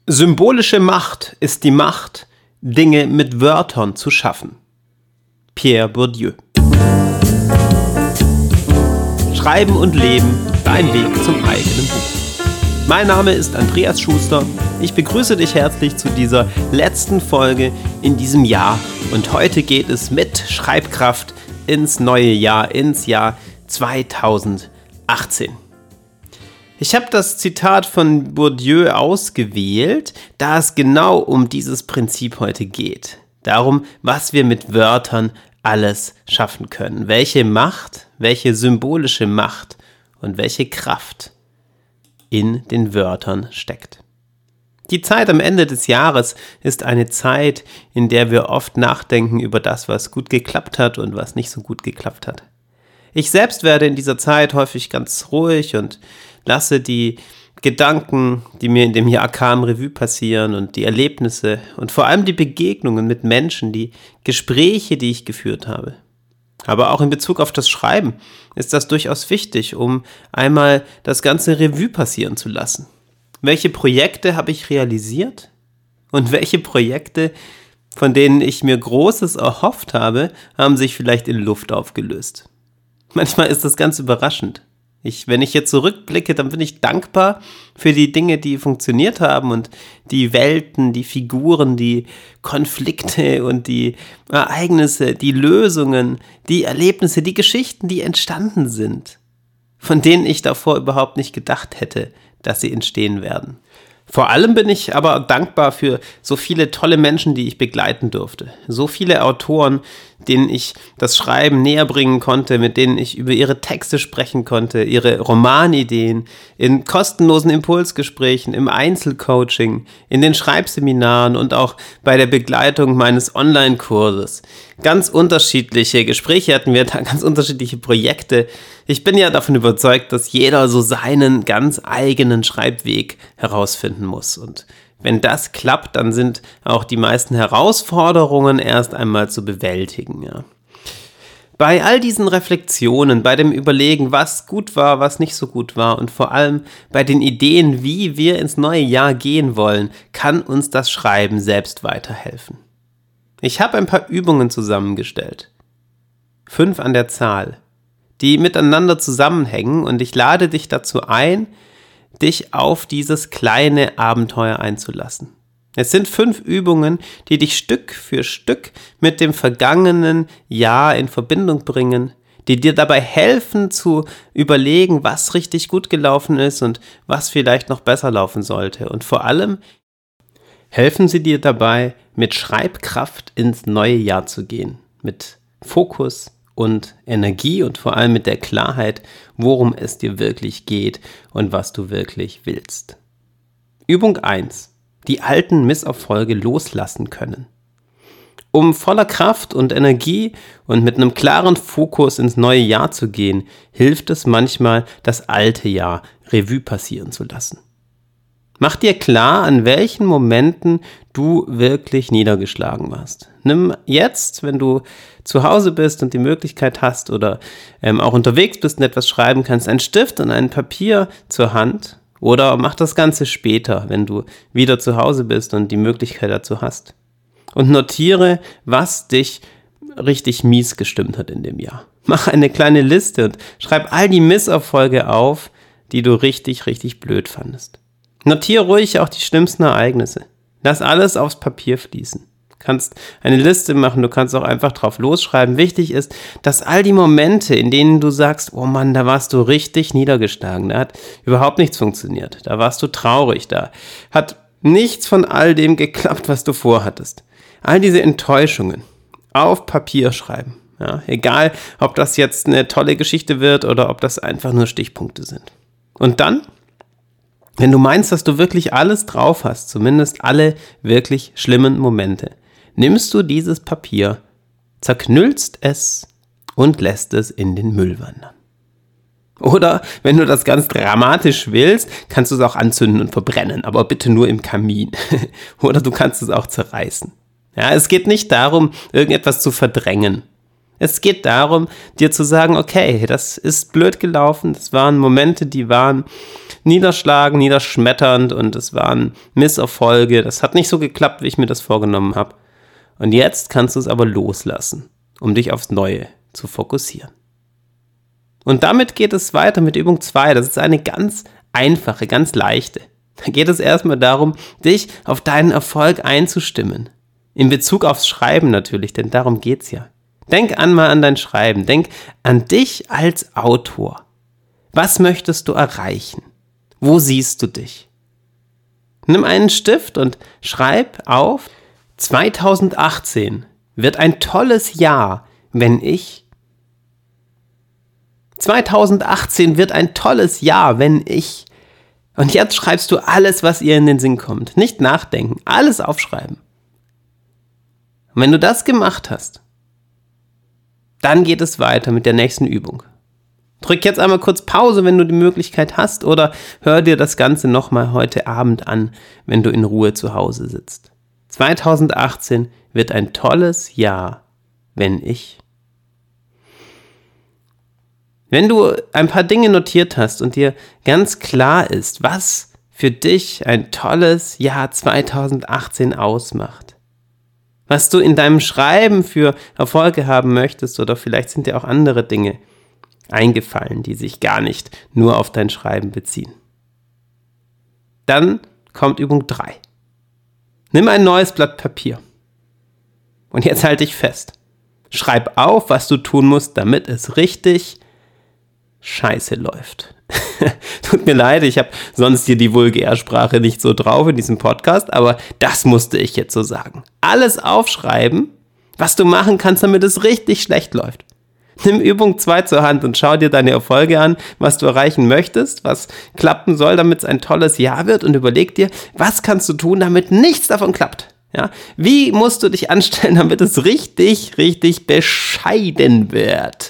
Symbolische Macht ist die Macht, Dinge mit Wörtern zu schaffen. Pierre Bourdieu. Schreiben und Leben, dein Weg zum eigenen Buch. Mein Name ist Andreas Schuster. Ich begrüße dich herzlich zu dieser letzten Folge in diesem Jahr. Und heute geht es mit Schreibkraft ins neue Jahr, ins Jahr 2018. Ich habe das Zitat von Bourdieu ausgewählt, da es genau um dieses Prinzip heute geht. Darum, was wir mit Wörtern alles schaffen können. Welche Macht, welche symbolische Macht und welche Kraft in den Wörtern steckt. Die Zeit am Ende des Jahres ist eine Zeit, in der wir oft nachdenken über das, was gut geklappt hat und was nicht so gut geklappt hat. Ich selbst werde in dieser Zeit häufig ganz ruhig und lasse die Gedanken, die mir in dem Jahr kamen, Revue passieren und die Erlebnisse und vor allem die Begegnungen mit Menschen, die Gespräche, die ich geführt habe. Aber auch in Bezug auf das Schreiben ist das durchaus wichtig, um einmal das ganze Revue passieren zu lassen. Welche Projekte habe ich realisiert und welche Projekte, von denen ich mir Großes erhofft habe, haben sich vielleicht in Luft aufgelöst. Manchmal ist das ganz überraschend. Wenn ich jetzt zurückblicke, dann bin ich dankbar für die Dinge, die funktioniert haben und die Welten, die Figuren, die Konflikte und die Ereignisse, die Lösungen, die Erlebnisse, die Geschichten, die entstanden sind, von denen ich davor überhaupt nicht gedacht hätte, dass sie entstehen werden. Vor allem bin ich aber dankbar für so viele tolle Menschen, die ich begleiten durfte. So viele Autoren, denen ich das Schreiben näher bringen konnte, mit denen ich über ihre Texte sprechen konnte, ihre Romanideen, in kostenlosen Impulsgesprächen, im Einzelcoaching, in den Schreibseminaren und auch bei der Begleitung meines Online-Kurses. Ganz unterschiedliche Gespräche hatten wir da, ganz unterschiedliche Projekte. Ich bin ja davon überzeugt, dass jeder so seinen ganz eigenen Schreibweg herausfinden muss. Und wenn das klappt, dann sind auch die meisten Herausforderungen erst einmal zu bewältigen. Ja. Bei all diesen Reflexionen, bei dem Überlegen, was gut war, was nicht so gut war und vor allem bei den Ideen, wie wir ins neue Jahr gehen wollen, kann uns das Schreiben selbst weiterhelfen. Ich habe ein paar Übungen zusammengestellt. 5 an der Zahl, die miteinander zusammenhängen, und ich lade dich dazu ein, dich auf dieses kleine Abenteuer einzulassen. Es sind 5 Übungen, die dich Stück für Stück mit dem vergangenen Jahr in Verbindung bringen, die dir dabei helfen zu überlegen, was richtig gut gelaufen ist und was vielleicht noch besser laufen sollte. Und vor allem helfen sie dir dabei, mit Schreibkraft ins neue Jahr zu gehen, mit Fokus und Energie und vor allem mit der Klarheit, worum es dir wirklich geht und was du wirklich willst. Übung 1. Die alten Misserfolge loslassen können. Um voller Kraft und Energie und mit einem klaren Fokus ins neue Jahr zu gehen, hilft es manchmal, das alte Jahr Revue passieren zu lassen. Mach dir klar, an welchen Momenten du wirklich niedergeschlagen warst. Nimm jetzt, wenn du zu Hause bist und die Möglichkeit hast oder auch unterwegs bist und etwas schreiben kannst, einen Stift und ein Papier zur Hand, oder mach das Ganze später, wenn du wieder zu Hause bist und die Möglichkeit dazu hast. Und notiere, was dich richtig mies gestimmt hat in dem Jahr. Mach eine kleine Liste und schreib all die Misserfolge auf, die du richtig, richtig blöd fandest. Notiere ruhig auch die schlimmsten Ereignisse. Lass alles aufs Papier fließen. Du kannst eine Liste machen, du kannst auch einfach drauf losschreiben. Wichtig ist, dass all die Momente, in denen du sagst, oh Mann, da warst du richtig niedergeschlagen, da hat überhaupt nichts funktioniert, da warst du traurig, da hat nichts von all dem geklappt, was du vorhattest. All diese Enttäuschungen auf Papier schreiben. Ja, egal, ob das jetzt eine tolle Geschichte wird oder ob das einfach nur Stichpunkte sind. Und dann, wenn du meinst, dass du wirklich alles drauf hast, zumindest alle wirklich schlimmen Momente, nimmst du dieses Papier, zerknüllst es und lässt es in den Müll wandern. Oder, wenn du das ganz dramatisch willst, kannst du es auch anzünden und verbrennen, aber bitte nur im Kamin. Oder du kannst es auch zerreißen. Ja, es geht nicht darum, irgendetwas zu verdrängen. Es geht darum, dir zu sagen, okay, das ist blöd gelaufen, das waren Momente, die waren niederschlagend, niederschmetternd und es waren Misserfolge. Das hat nicht so geklappt, wie ich mir das vorgenommen habe. Und jetzt kannst du es aber loslassen, um dich aufs Neue zu fokussieren. Und damit geht es weiter mit Übung 2. Das ist eine ganz einfache, ganz leichte. Da geht es erstmal darum, dich auf deinen Erfolg einzustimmen. In Bezug aufs Schreiben natürlich, denn darum geht's ja. Denk mal an dein Schreiben. Denk an dich als Autor. Was möchtest du erreichen? Wo siehst du dich? Nimm einen Stift und schreib auf: 2018 wird ein tolles Jahr, wenn ich. 2018 wird ein tolles Jahr, wenn ich. Und jetzt schreibst du alles, was ihr in den Sinn kommt. Nicht nachdenken, alles aufschreiben. Und wenn du das gemacht hast, dann geht es weiter mit der nächsten Übung. Drück jetzt einmal kurz Pause, wenn du die Möglichkeit hast, oder hör dir das Ganze nochmal heute Abend an, wenn du in Ruhe zu Hause sitzt. 2018 wird ein tolles Jahr, wenn ich. Wenn du ein paar Dinge notiert hast und dir ganz klar ist, was für dich ein tolles Jahr 2018 ausmacht, was du in deinem Schreiben für Erfolge haben möchtest, oder vielleicht sind dir auch andere Dinge eingefallen, die sich gar nicht nur auf dein Schreiben beziehen. Dann kommt Übung 3. Nimm ein neues Blatt Papier. Und jetzt halte dich fest. Schreib auf, was du tun musst, damit es richtig scheiße läuft. Tut mir leid, ich habe sonst hier die Vulgärsprache nicht so drauf in diesem Podcast, aber das musste ich jetzt so sagen. Alles aufschreiben, was du machen kannst, damit es richtig schlecht läuft. Nimm Übung 2 zur Hand und schau dir deine Erfolge an, was du erreichen möchtest, was klappen soll, damit es ein tolles Jahr wird, und überleg dir, was kannst du tun, damit nichts davon klappt. Ja? Wie musst du dich anstellen, damit es richtig, richtig bescheiden wird?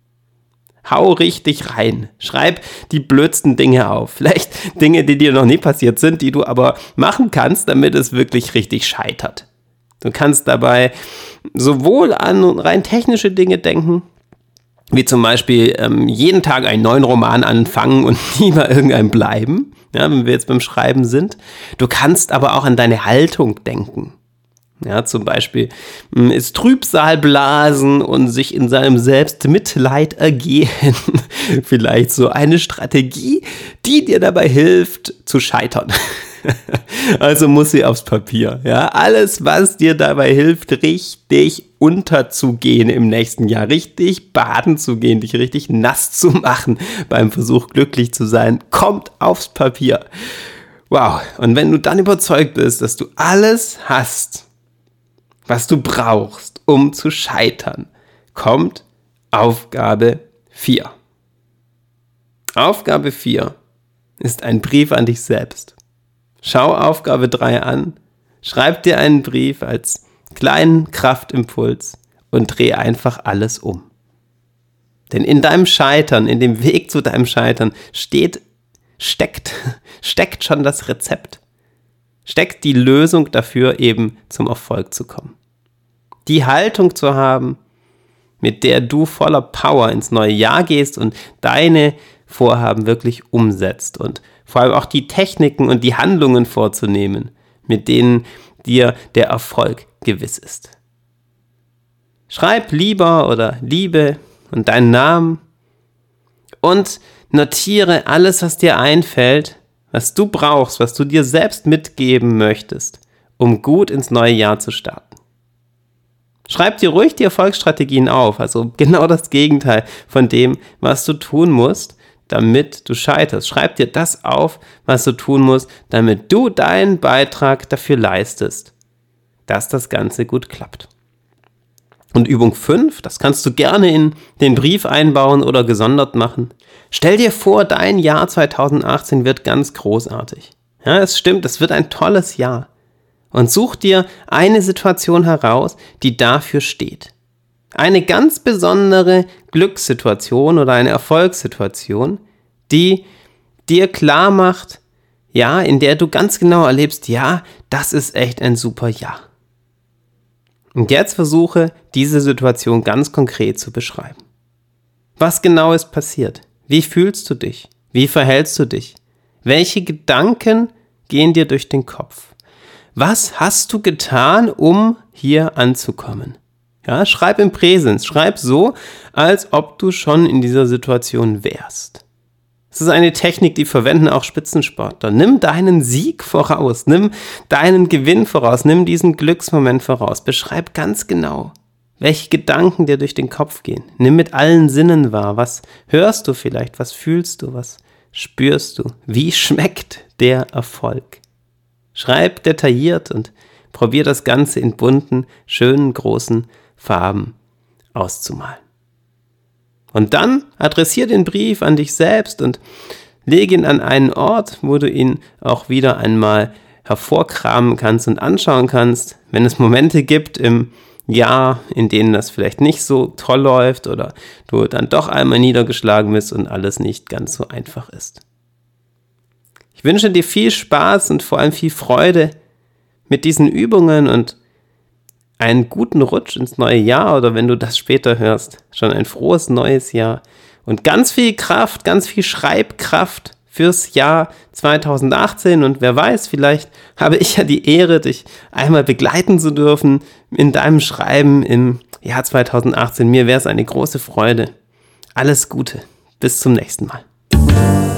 Hau richtig rein. Schreib die blödsten Dinge auf. Vielleicht Dinge, die dir noch nie passiert sind, die du aber machen kannst, damit es wirklich richtig scheitert. Du kannst dabei sowohl an rein technische Dinge denken, wie zum Beispiel jeden Tag einen neuen Roman anfangen und nie bei irgendeinem bleiben, ja, wenn wir jetzt beim Schreiben sind. Du kannst aber auch an deine Haltung denken. Ja, zum Beispiel ist Trübsal blasen und sich in seinem Selbstmitleid ergehen vielleicht so eine Strategie, die dir dabei hilft zu scheitern. Also muss sie aufs Papier. Ja? Alles, was dir dabei hilft, richtig unterzugehen im nächsten Jahr, richtig baden zu gehen, dich richtig nass zu machen beim Versuch, glücklich zu sein, kommt aufs Papier. Wow. Und wenn du dann überzeugt bist, dass du alles hast, was du brauchst, um zu scheitern, kommt Aufgabe 4. Aufgabe 4 ist ein Brief an dich selbst. Schau Aufgabe 3 an, schreib dir einen Brief als kleinen Kraftimpuls und dreh einfach alles um. Denn in deinem Scheitern, in dem Weg zu deinem Scheitern steckt schon das Rezept. Steckt die Lösung dafür, eben zum Erfolg zu kommen. Die Haltung zu haben, mit der du voller Power ins neue Jahr gehst und deine Vorhaben wirklich umsetzt und vor allem auch die Techniken und die Handlungen vorzunehmen, mit denen dir der Erfolg gewiss ist. Schreib lieber oder Liebe und deinen Namen und notiere alles, was dir einfällt, was du brauchst, was du dir selbst mitgeben möchtest, um gut ins neue Jahr zu starten. Schreib dir ruhig die Erfolgsstrategien auf, also genau das Gegenteil von dem, was du tun musst, damit du scheiterst. Schreib dir das auf, was du tun musst, damit du deinen Beitrag dafür leistest, dass das Ganze gut klappt. Und Übung 5, das kannst du gerne in den Brief einbauen oder gesondert machen. Stell dir vor, dein Jahr 2018 wird ganz großartig. Ja, es stimmt, es wird ein tolles Jahr. Und such dir eine Situation heraus, die dafür steht. Eine ganz besondere Glückssituation oder eine Erfolgssituation, die dir klar macht, ja, in der du ganz genau erlebst, ja, das ist echt ein super Jahr. Und jetzt versuche, diese Situation ganz konkret zu beschreiben. Was genau ist passiert? Wie fühlst du dich? Wie verhältst du dich? Welche Gedanken gehen dir durch den Kopf? Was hast du getan, um hier anzukommen? Ja, schreib im Präsens, schreib so, als ob du schon in dieser Situation wärst. Das ist eine Technik, die verwenden auch Spitzensportler. Nimm deinen Sieg voraus, nimm deinen Gewinn voraus, nimm diesen Glücksmoment voraus. Beschreib ganz genau, welche Gedanken dir durch den Kopf gehen. Nimm mit allen Sinnen wahr. Was hörst du vielleicht? Was fühlst du? Was spürst du? Wie schmeckt der Erfolg? Schreib detailliert und probier das Ganze in bunten, schönen, großen Farben auszumalen. Und dann adressier den Brief an dich selbst und lege ihn an einen Ort, wo du ihn auch wieder einmal hervorkramen kannst und anschauen kannst, wenn es Momente gibt im Jahr, in denen das vielleicht nicht so toll läuft oder du dann doch einmal niedergeschlagen bist und alles nicht ganz so einfach ist. Ich wünsche dir viel Spaß und vor allem viel Freude mit diesen Übungen und einen guten Rutsch ins neue Jahr oder wenn du das später hörst, schon ein frohes neues Jahr und ganz viel Kraft, ganz viel Schreibkraft fürs Jahr 2018 und wer weiß, vielleicht habe ich ja die Ehre, dich einmal begleiten zu dürfen in deinem Schreiben im Jahr 2018. Mir wäre es eine große Freude. Alles Gute, bis zum nächsten Mal.